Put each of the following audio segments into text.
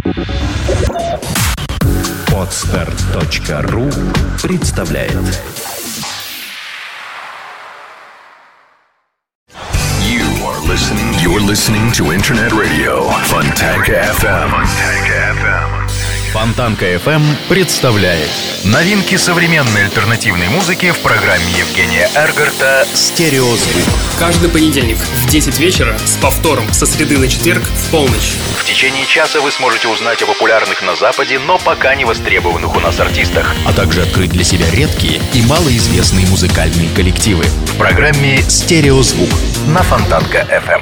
Podster.ru представляет. You're listening to Internet Radio Fontanka FM. Фонтанка FM представляет Новинки современной альтернативной музыки в программе Евгения Эргарта «Стереозвук». Каждый понедельник в 10 вечера с повтором со среды на четверг в полночь. В течение часа вы сможете узнать о популярных на Западе, но пока не востребованных у нас артистах, а также открыть для себя редкие и малоизвестные музыкальные коллективы в программе «Стереозвук» на Фонтанка FM.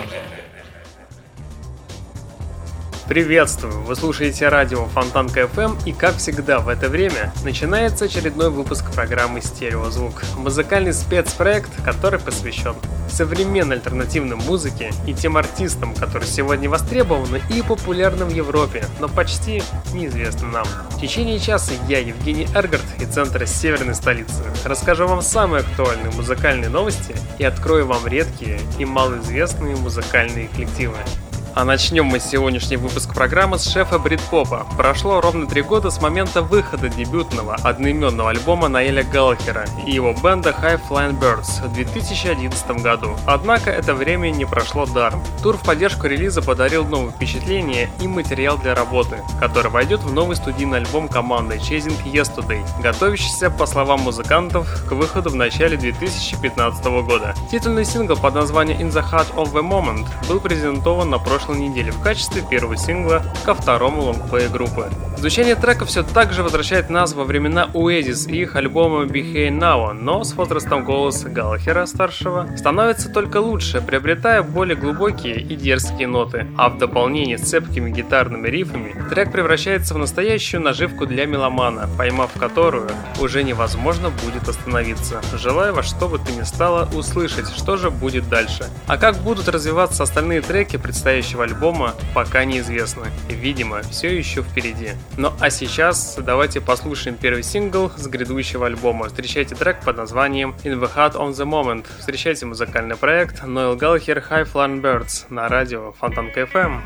Приветствую! Вы слушаете радио Фонтанка FM, и, как всегда в это время, начинается очередной выпуск программы «Стереозвук». Музыкальный спецпроект, который посвящен современной альтернативной музыке и тем артистам, которые сегодня востребованы и популярны в Европе, но почти неизвестны нам. В течение часа я, Евгений Эргарт, из центра северной столицы, расскажу вам самые актуальные музыкальные новости и открою вам редкие и малоизвестные музыкальные коллективы. А начнем мы сегодняшний выпуск программы с шефа брит-попа. Прошло ровно 3 года с момента выхода дебютного одноименного альбома Ноэля Галлахера и его бенда High Flying Birds в 2011 году. Однако это время не прошло даром. Тур в поддержку релиза подарил новые впечатления и материал для работы, который войдет в новый студийный альбом команды Chasing Yesterday, готовящийся, по словам музыкантов, к выходу в начале 2015 года. Титульный сингл под названием In the Heart of the Moment был презентован на прошлой неделе в качестве первого сингла ко второму лонгплею группы. Звучание трека все так же возвращает нас во времена Oasis и их альбома Behave Now, но с возрастом голос Галлахера-старшего становится только лучше, приобретая более глубокие и дерзкие ноты, а в дополнение с цепкими гитарными рифами трек превращается в настоящую наживку для меломана, поймав которую уже невозможно будет остановиться. Желаю во что бы то ни стало услышать, что же будет дальше. А как будут развиваться остальные треки предстоящего альбома, пока неизвестно. Видимо, все еще впереди. Ну а сейчас давайте послушаем первый сингл с грядущего альбома. Встречайте трек под названием In the Heart of the Moment. Встречайте музыкальный проект Ноэл Галлахер High Flying Birds на радио Фонтанка FM.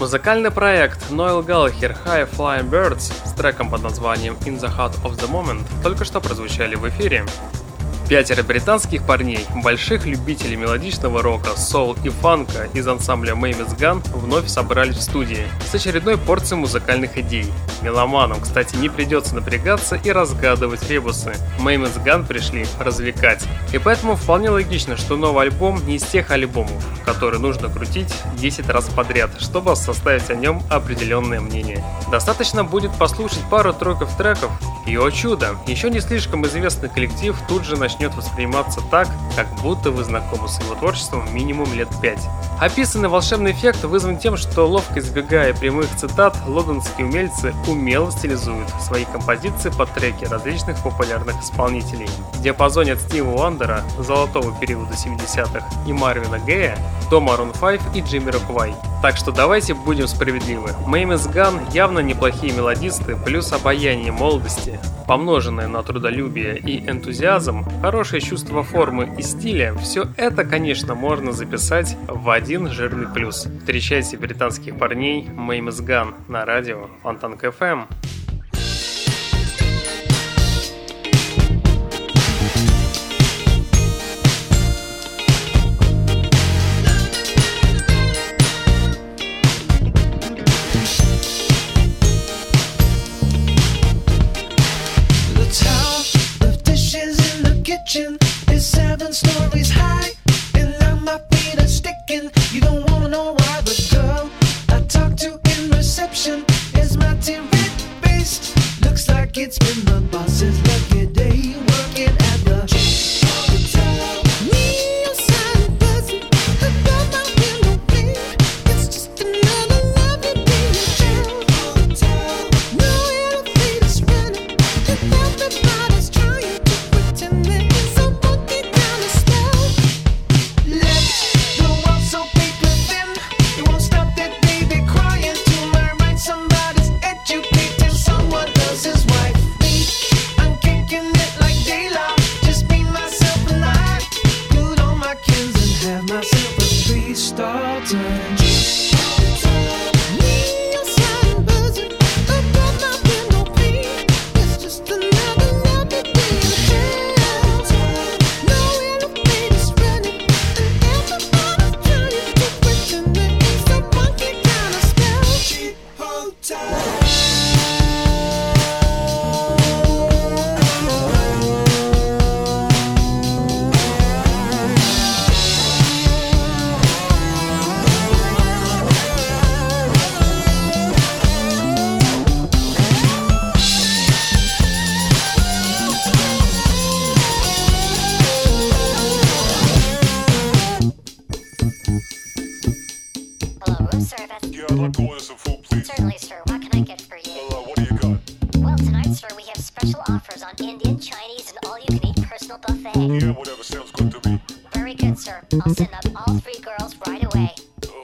Музыкальный проект Noel Gallagher High Flying Birds с треком под названием In the Heart of the Moment только что прозвучали в эфире. 5 британских парней, больших любителей мелодичного рока, соул и фанка из ансамбля Mammoth Gun вновь собрались в студии с очередной порцией музыкальных идей. Меломанам, кстати, не придется напрягаться и разгадывать ребусы. Mammoth Gun пришли развлекать. И поэтому вполне логично, что новый альбом не из тех альбомов, которые нужно крутить 10 раз подряд, чтобы составить о нем определенное мнение. Достаточно будет послушать пару треков, и, о чудо, еще не слишком известный коллектив тут же начнет восприниматься так, как будто вы знакомы с его творчеством минимум лет 5. Описанный волшебный эффект вызван тем, что, ловко избегая прямых цитат, лондонские умельцы умело стилизуют свои композиции под треки различных популярных исполнителей. В диапазоне от Стива Уандера, золотого периода 70-х, и Марвина Гея до Maroon 5 и Jamiroquai. Так что давайте будем справедливы. Mammoth Gun явно неплохие мелодисты, плюс обаяние молодости, помноженное на трудолюбие и энтузиазм, хорошее чувство формы и стиля, все это, конечно, можно записать в один жирный плюс. Встречайте британских парней Mammoth Gun на радио Фонтанка FM. Is 7 stories high, and now my feet are sticking. You don't wanna know why, but girl, I talked to in reception is my red faced. Looks like it's been the boss's lucky day working at the hotel. Neon sign buzzing above my window pane. It's just another lovely day at your hotel. No elevator's running, and everybody's trying to pretend that it's a monkey down the spell. Let the world so big within, it won't stop that baby crying. To my right, somebody's educating someone else's wife. Me, I'm kicking it like daylight. Just be myself alive. Put on my kins and have myself a 3-star turn. Neon sign buzzing above my window pane. It's just another lovely day in hell. No elevator's running, and everybody's trying to pretend that it's a monkey kind of spell. Cheap hotel. Hello, room service. Yeah, I'd like to order some food, please. Certainly, sir. What can I get for you? What do you got? Well, tonight, sir, we have special offers on Indian, Chinese, and all-you-can-eat personal buffet. Yeah, whatever. Sounds good to me. Very good, sir. I'll send up all 3 girls right away.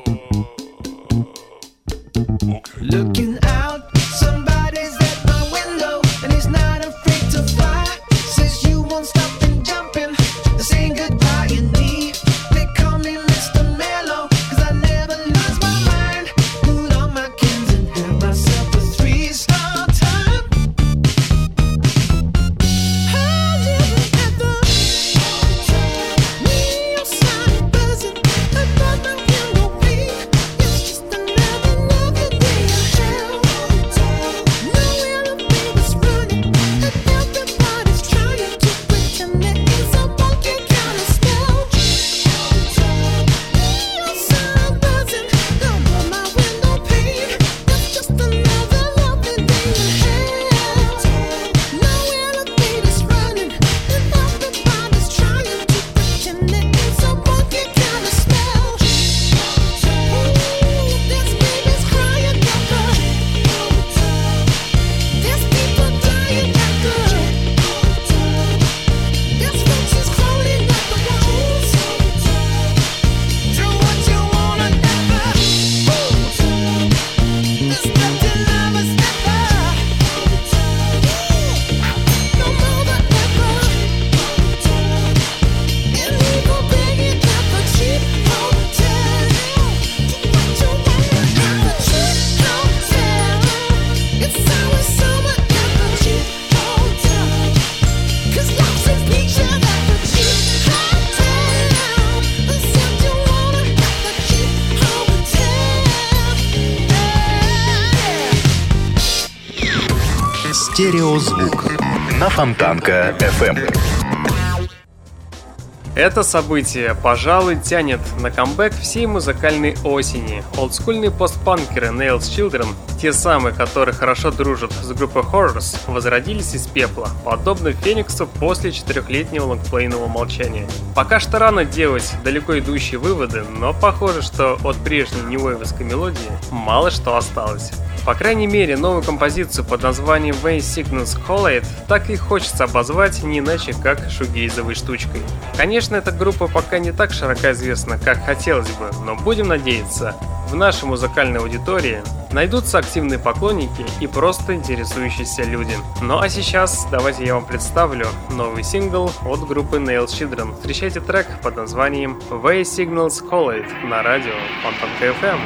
Okay. Looking out, somebody's at my window, and he's not afraid to fly. Says you won't stop and jumping, saying goodbye and leave. They call me Mr. Mellow, 'cause I never lose my mind. Put on my kins and have myself a 3-star time. I'm living at the neon sign buzzing above my window Стереозвук на Фонтанка FM. Это событие, пожалуй, тянет на камбэк всей музыкальной осени. Олдскульные постпанкеры Nails Children, те самые, которые хорошо дружат с группой Horrors, возродились из пепла, подобно Фениксу после 4-летнего лонгплейного молчания. Пока что рано делать далеко идущие выводы, но похоже, что от прежней нью-вейвовской мелодии мало что осталось. По крайней мере, новую композицию под названием Way Signals Collide так и хочется обозвать не иначе, как шугейзовой штучкой. Конечно, эта группа пока не так широко известна, как хотелось бы, но будем надеяться, в нашей музыкальной аудитории найдутся активные поклонники и просто интересующиеся люди. Ну а сейчас давайте я вам представлю новый сингл от группы Nails Children. Встречайте трек под названием Way Signals Collide на радио Фонтанка FM.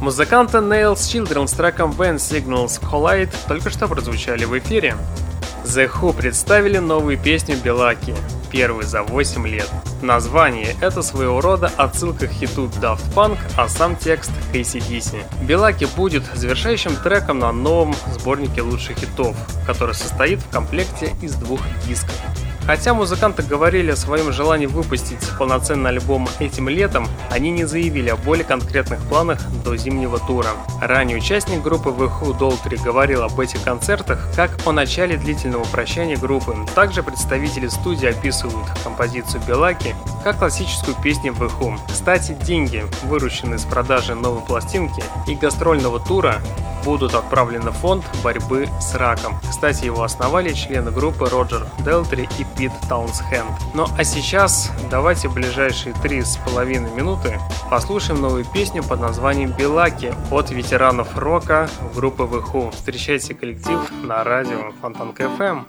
Музыканты Nails Children с треком When Signals Collide только что прозвучали в эфире. The Who представили новую песню Белаки, первую за 8 лет. Название — это своего рода отсылка к хиту Daft Punk, а сам текст к AC/DC. Белаки будет завершающим треком на новом сборнике лучших хитов, который состоит в комплекте из 2 дисков. Хотя музыканты говорили о своем желании выпустить полноценный альбом этим летом, они не заявили о более конкретных планах до зимнего тура. Ранее участник группы The Who Daltrey говорил об этих концертах как о начале длительного прощания группы. Также представители студии описывают композицию Белаки как классическую песню The Who. Кстати, деньги, вырученные с продажи новой пластинки и гастрольного тура, будут отправлены в фонд борьбы с раком. Кстати, его основали члены группы Роджер Делтри и Пит Таунсхенд. Ну а сейчас давайте в ближайшие 3,5 минуты послушаем новую песню под названием «Белаки» от ветеранов рока группы The Who. Встречайте коллектив на радио Фонтанка FM.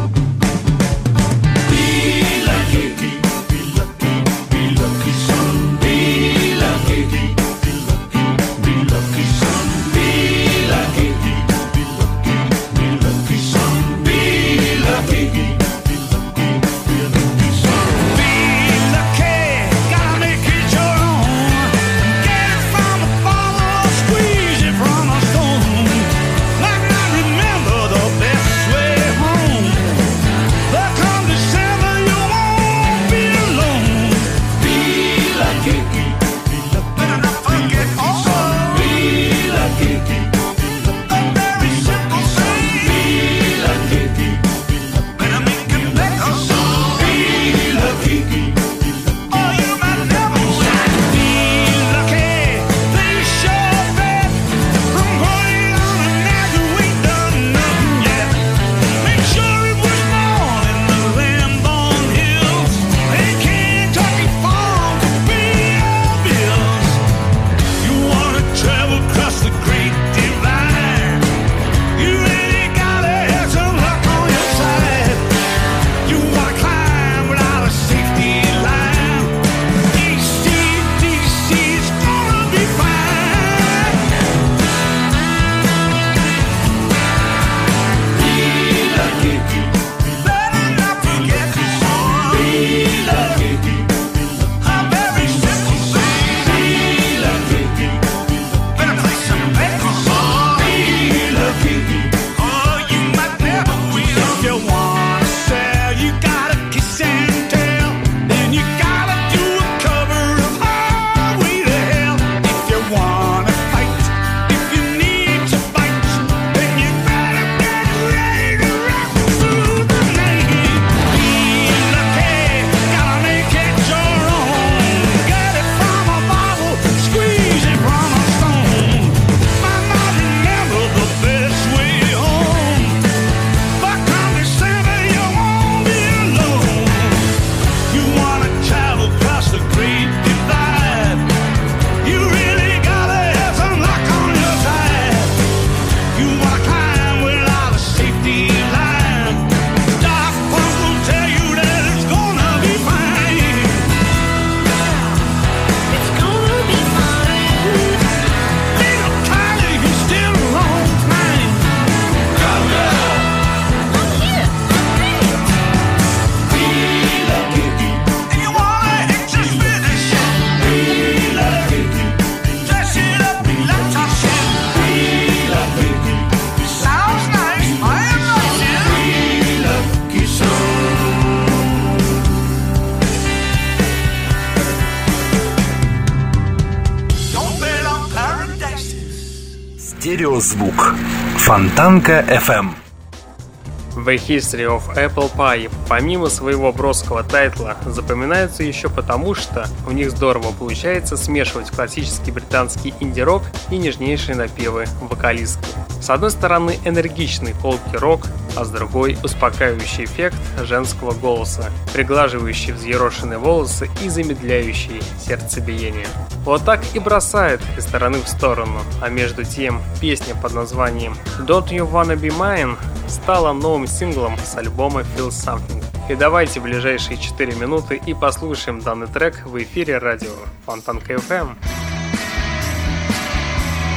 Стереозвук. Фонтанка FM. The History of Apple Pie, помимо своего броского тайтла, запоминаются еще потому, что у них здорово получается смешивать классический британский инди-рок и нежнейшие напевы вокалистки. С одной стороны энергичный фолки-рок, а с другой успокаивающий эффект женского голоса, приглаживающий взъерошенные волосы и замедляющий сердцебиение. Вот так и бросает из стороны в сторону, а между тем песня под названием Don't You Wanna Be Mine стала новым синглом с альбома Feel Something. И давайте в ближайшие 4 минуты и послушаем данный трек в эфире радио Фонтанка FM.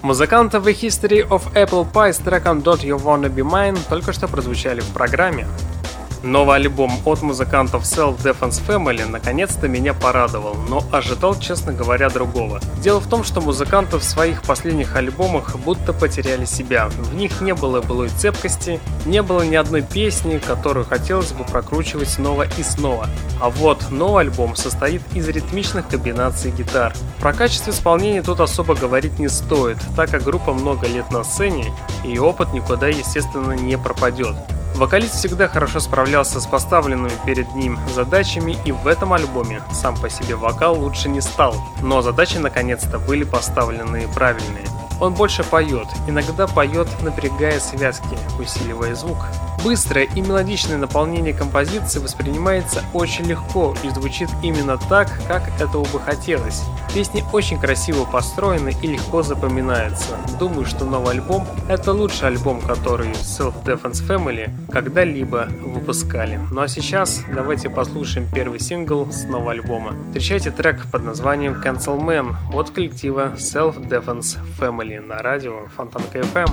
Музыканты The History of Apple Pie с треком Don't You Wanna Be Mine только что прозвучали в программе. Новый альбом от музыкантов Self Defense Family наконец-то меня порадовал, но ожидал, честно говоря, другого. Дело в том, что музыканты в своих последних альбомах будто потеряли себя. В них не было былой цепкости, не было ни одной песни, которую хотелось бы прокручивать снова и снова. А вот новый альбом состоит из ритмичных комбинаций гитар. Про качество исполнения тут особо говорить не стоит, так как группа много лет на сцене, и опыт никуда, естественно, не пропадет. Вокалист всегда хорошо справлялся с поставленными перед ним задачами, и в этом альбоме сам по себе вокал лучше не стал, но задачи наконец-то были поставлены правильные. Он больше поет, иногда поет, напрягая связки, усиливая звук. Быстрое и мелодичное наполнение композиции воспринимается очень легко и звучит именно так, как этого бы хотелось. Песни очень красиво построены и легко запоминаются. Думаю, что новый альбом — это лучший альбом, который Self Defense Family когда-либо выпускали. Ну а сейчас давайте послушаем первый сингл с нового альбома. Встречайте трек под названием Cancel Man от коллектива Self Defense Family на радио Фонтанка FM.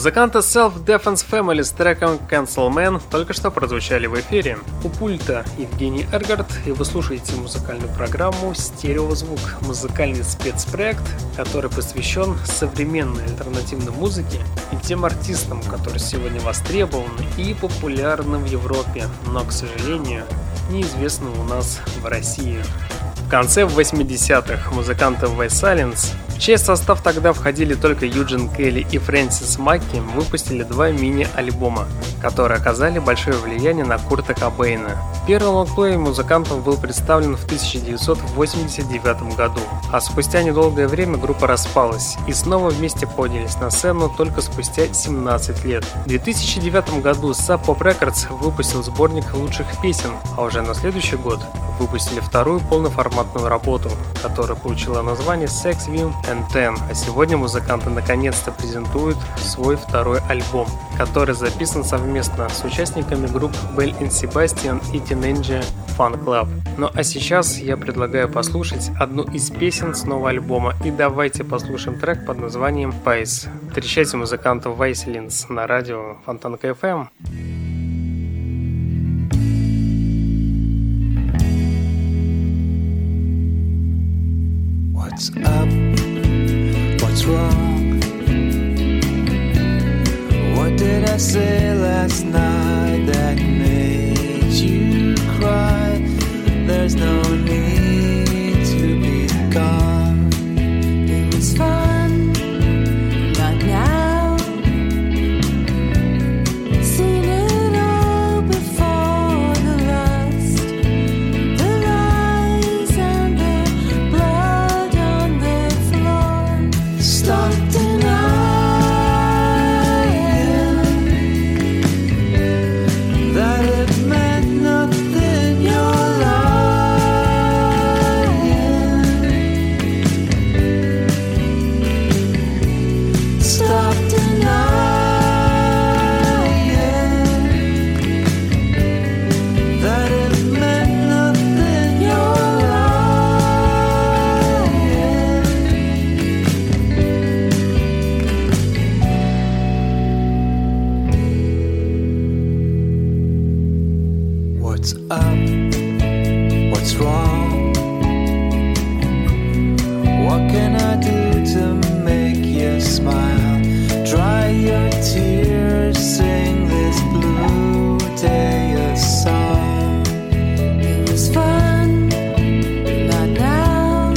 Музыканты Self-Defense Family с треком Cancel Man только что прозвучали в эфире. У пульта Евгений Эргард, и вы слушаете музыкальную программу «Стереозвук», музыкальный спецпроект, который посвящен современной альтернативной музыке и тем артистам, которые сегодня востребованы и популярны в Европе, но, к сожалению, неизвестны у нас в России. В конце 80-х музыканты The Silence, в чей состав тогда входили только Юджин Келли и Фрэнсис Макки, выпустили 2 мини-альбома, которые оказали большое влияние на Курта Кобейна. Первый лонгплей музыкантов был представлен в 1989 году, а спустя недолгое время группа распалась и снова вместе поднялись на сцену только спустя 17 лет. В 2009 году Sub Pop Records выпустил сборник лучших песен, а уже на следующий год выпустили вторую полноформатную работу, которая получила название Sex, Vim and Ten. А сегодня музыканты наконец-то презентуют свой второй альбом, который записан совместно с участниками групп Belle and Sebastian и Teenage Fan Club. Ну а сейчас я предлагаю послушать одну из песен с нового альбома, и давайте послушаем трек под названием Pace. Встречайте музыкантов Вайселинс на радио Фонтанка FM. What's up? What's wrong? What did I say last night that made you cry? There's no need to be gone. It was fun, not now. Seen it all before, the lust, the lies and the blood on the floor. Stop denying that it meant nothing. You're lying. Stop denying that it meant nothing. You're lying. What's up? What's wrong? What can I do to make you smile? Dry your tears, sing this blue day a song. It was fun, not now.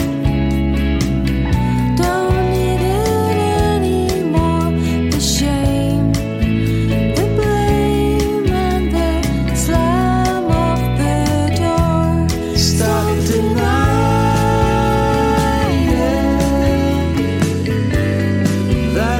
Don't need it anymore. The shame, the blame, and the slam of the door. Stop denying that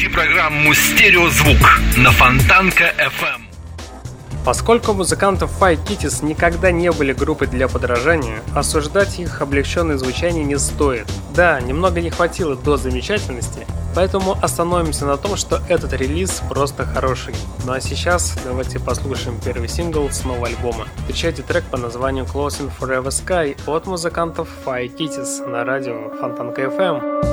Слушайте программу «Стереозвук» на Фонтанка FM. Поскольку музыкантов Five Kitties никогда не были группой для подражания, осуждать их облегченное звучание не стоит. Да, немного не хватило до замечательности, поэтому остановимся на том, что этот релиз просто хороший. Ну а сейчас давайте послушаем первый сингл с нового альбома. Встречайте трек по названию Closing Forever Sky от музыкантов Five Kitties на радио Фонтанка FM.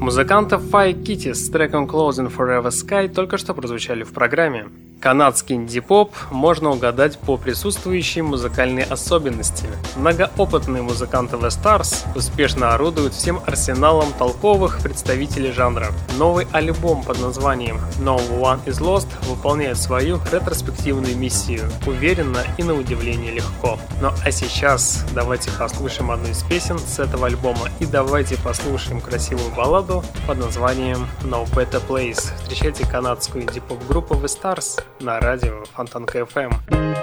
Музыкантов Five Kitties с треком Closing Forever Sky только что прозвучали в программе. Канадский инди-поп можно угадать по присутствующей музыкальной особенности. Многоопытные музыканты The Stars успешно орудуют всем арсеналом толковых представителей жанра. Новый альбом под названием No One Is Lost выполняет свою ретроспективную миссию, уверенно и на удивление легко. Ну а сейчас давайте послушаем одну из песен с этого альбома и давайте послушаем красивую балладу под названием No Better Place. Встречайте канадскую инди-поп группу The Stars на радио Фонтанка FM.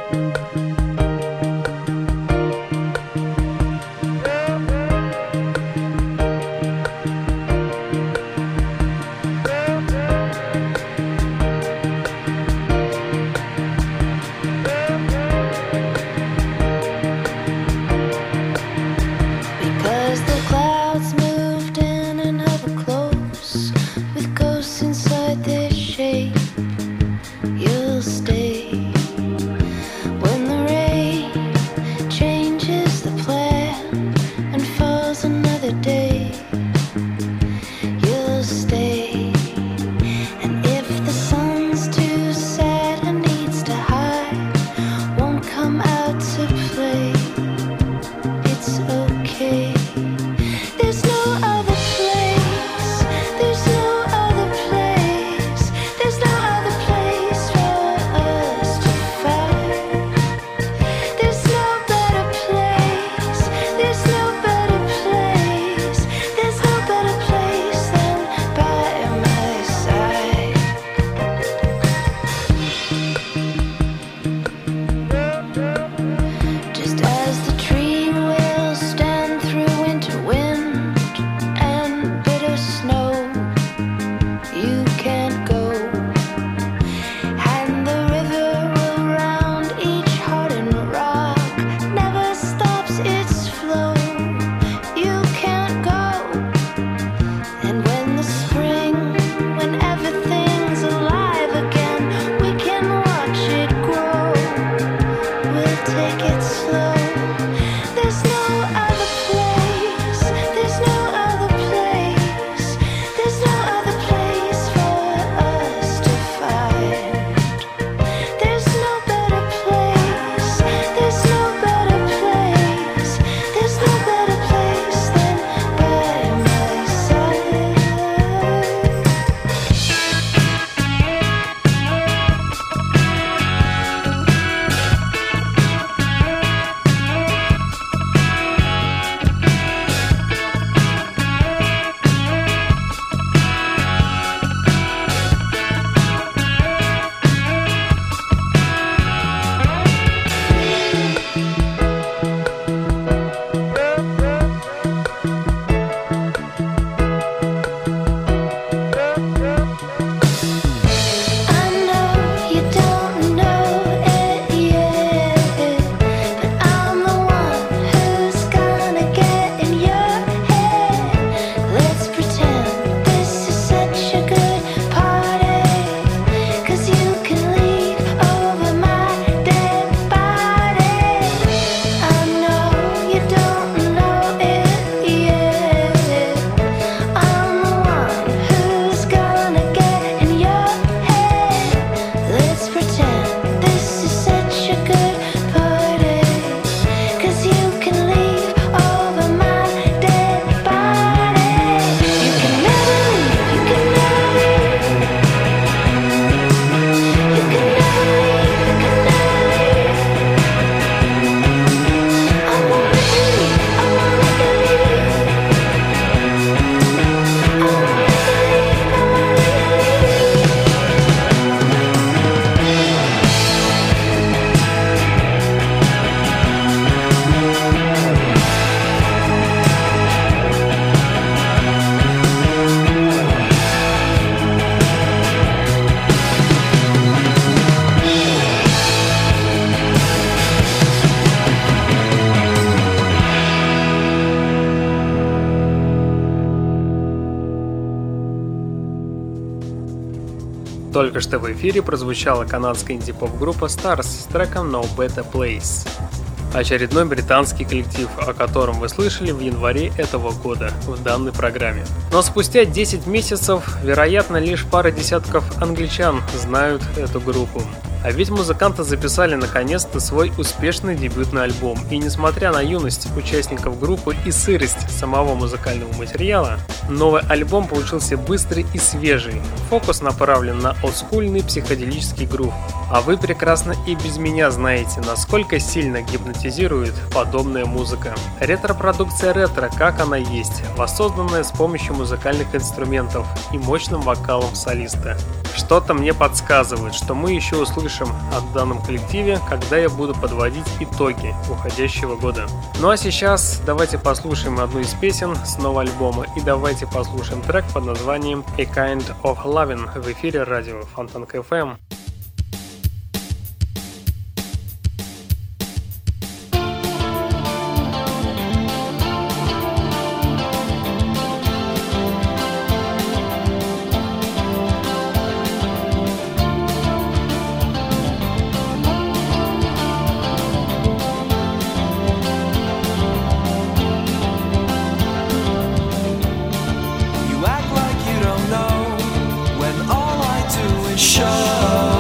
Только что в эфире прозвучала канадская инди-поп-группа Stars с треком No Better Place. очередной британский коллектив, о котором вы слышали в январе этого года в данной программе. Но спустя 10 месяцев, вероятно, лишь пара десятков англичан знают эту группу. А ведь музыканты записали наконец-то свой успешный дебютный альбом, и несмотря на юность участников группы и сырость самого музыкального материала, новый альбом получился быстрый и свежий. Фокус направлен на олдскульный психоделический грув. А вы прекрасно и без меня знаете, насколько сильно гипнотизирует подобная музыка. Ретро-продукция ретро, как она есть, воссозданная с помощью музыкальных инструментов и мощным вокалом солиста. Что-то мне подсказывает, что мы еще услышим о данном коллективе, когда я буду подводить итоги уходящего года. Ну а сейчас давайте послушаем одну из песен с нового альбома, и давайте послушаем трек под названием A Kind of Lovin' в эфире радио Фонтанка FM. You act like you don't know when all I do is show.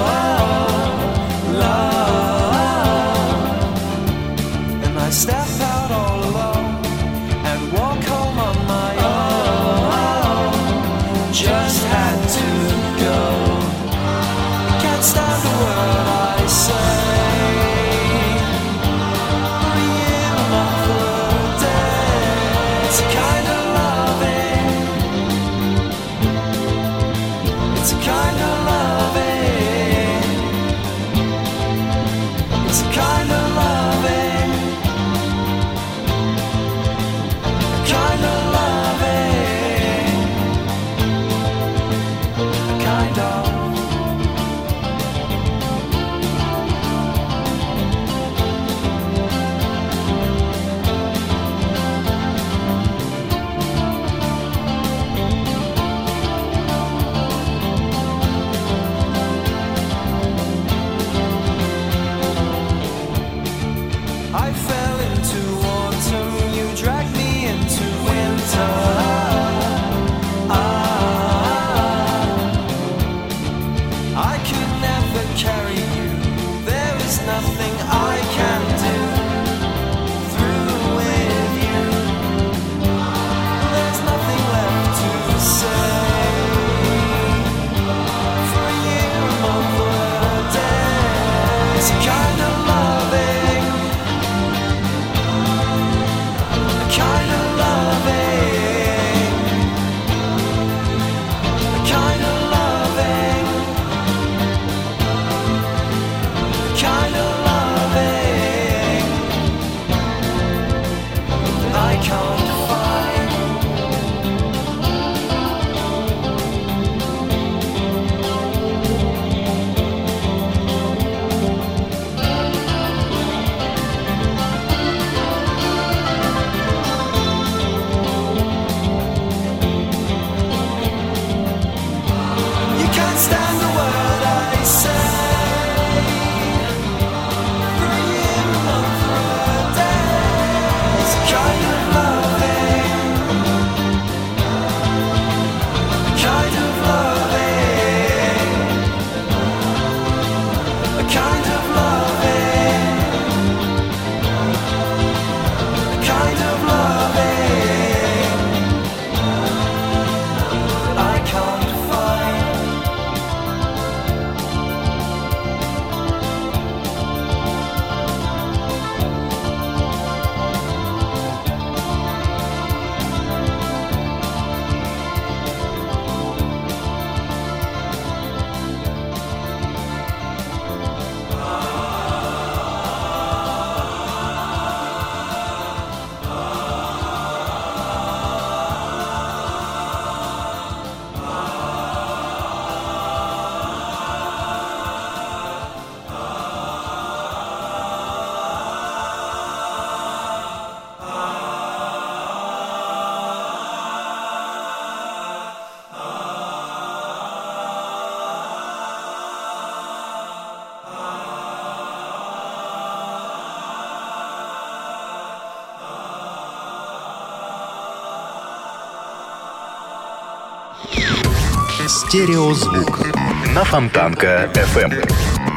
Стереозвук на Фонтанка FM.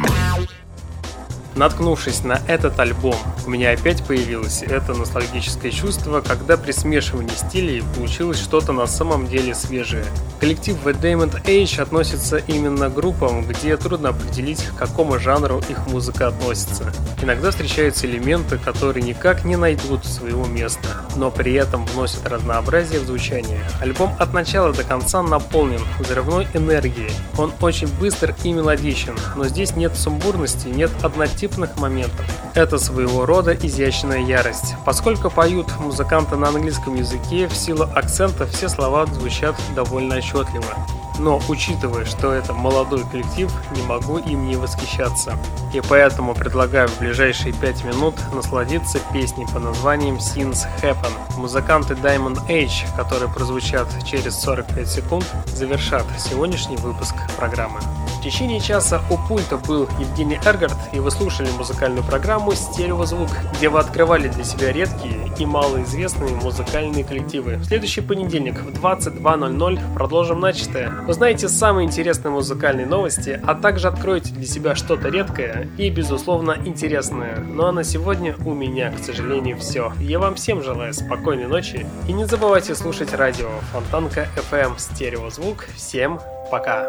Наткнувшись на этот альбом, у меня опять появилось это ностальгическое чувство, когда при смешивании стилей получилось что-то на самом деле свежее. Коллектив The Diamond Age относится именно к группам, где трудно определить, к какому жанру их музыка относится. Иногда встречаются элементы, которые никак не найдут своего места, но при этом вносят разнообразие в звучание. Альбом от начала до конца наполнен взрывной энергией. Он очень быстр и мелодичен, но здесь нет сумбурности, нет однотипности моментов. Это своего рода изящная ярость. Поскольку поют музыканты на английском языке, в силу акцента все слова звучат довольно отчетливо. Но, учитывая, что это молодой коллектив, не могу им не восхищаться. И поэтому предлагаю в ближайшие 5 минут насладиться песней под названием Things Happen. Музыканты Diamond Age, которые прозвучат через 45 секунд, завершат сегодняшний выпуск программы. В течение часа у пульта был Евгений Эргард, и вы слушали музыкальную программу «Стереозвук», где вы открывали для себя редкие и малоизвестные музыкальные коллективы. В следующий понедельник в 22:00 продолжим начатое. Узнаете самые интересные музыкальные новости, а также откроете для себя что-то редкое и, безусловно, интересное. Ну а на сегодня у меня, к сожалению, все. Я вам всем желаю спокойной ночи и не забывайте слушать радио Фонтанка FM «Стереозвук». Всем пока!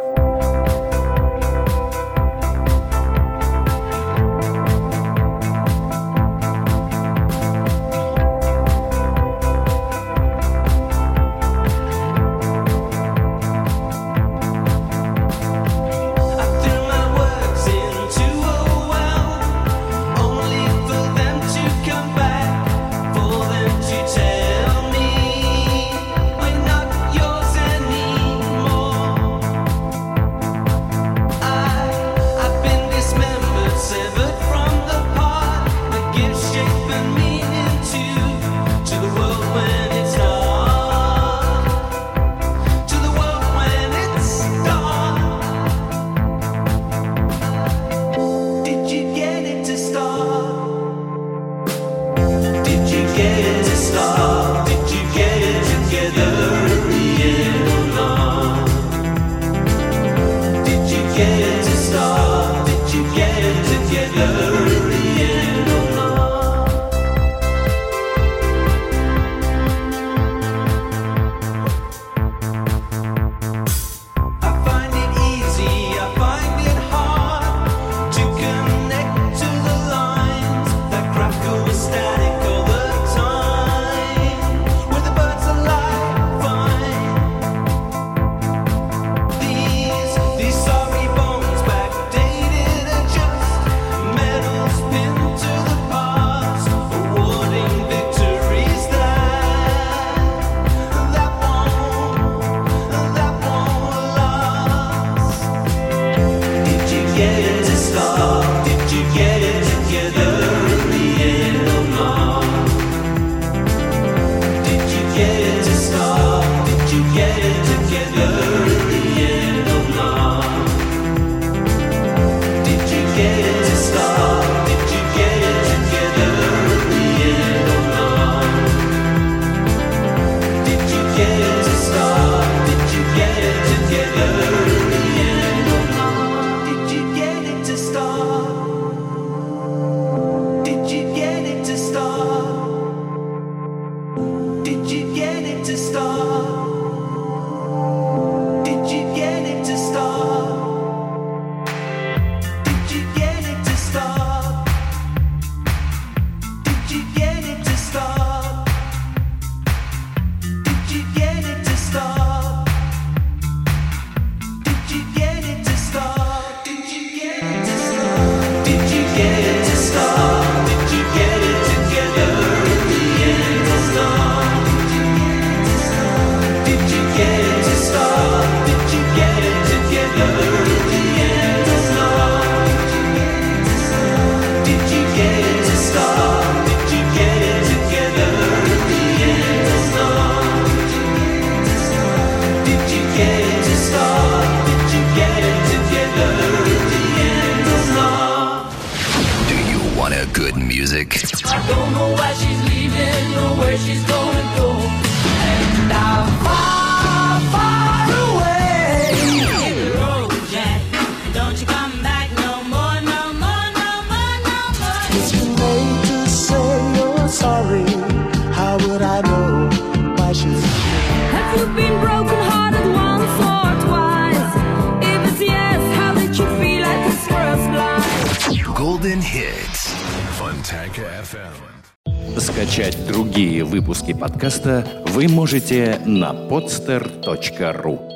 I don't know why she's leaving or where she's gonna go. And I'm far, far away. Have you been broken-hearted once or twice? If it's yes, how did you feel at this first glance? Golden Hits. Fontanka FM. Скачать другие выпуски подкаста вы можете на podster.ru.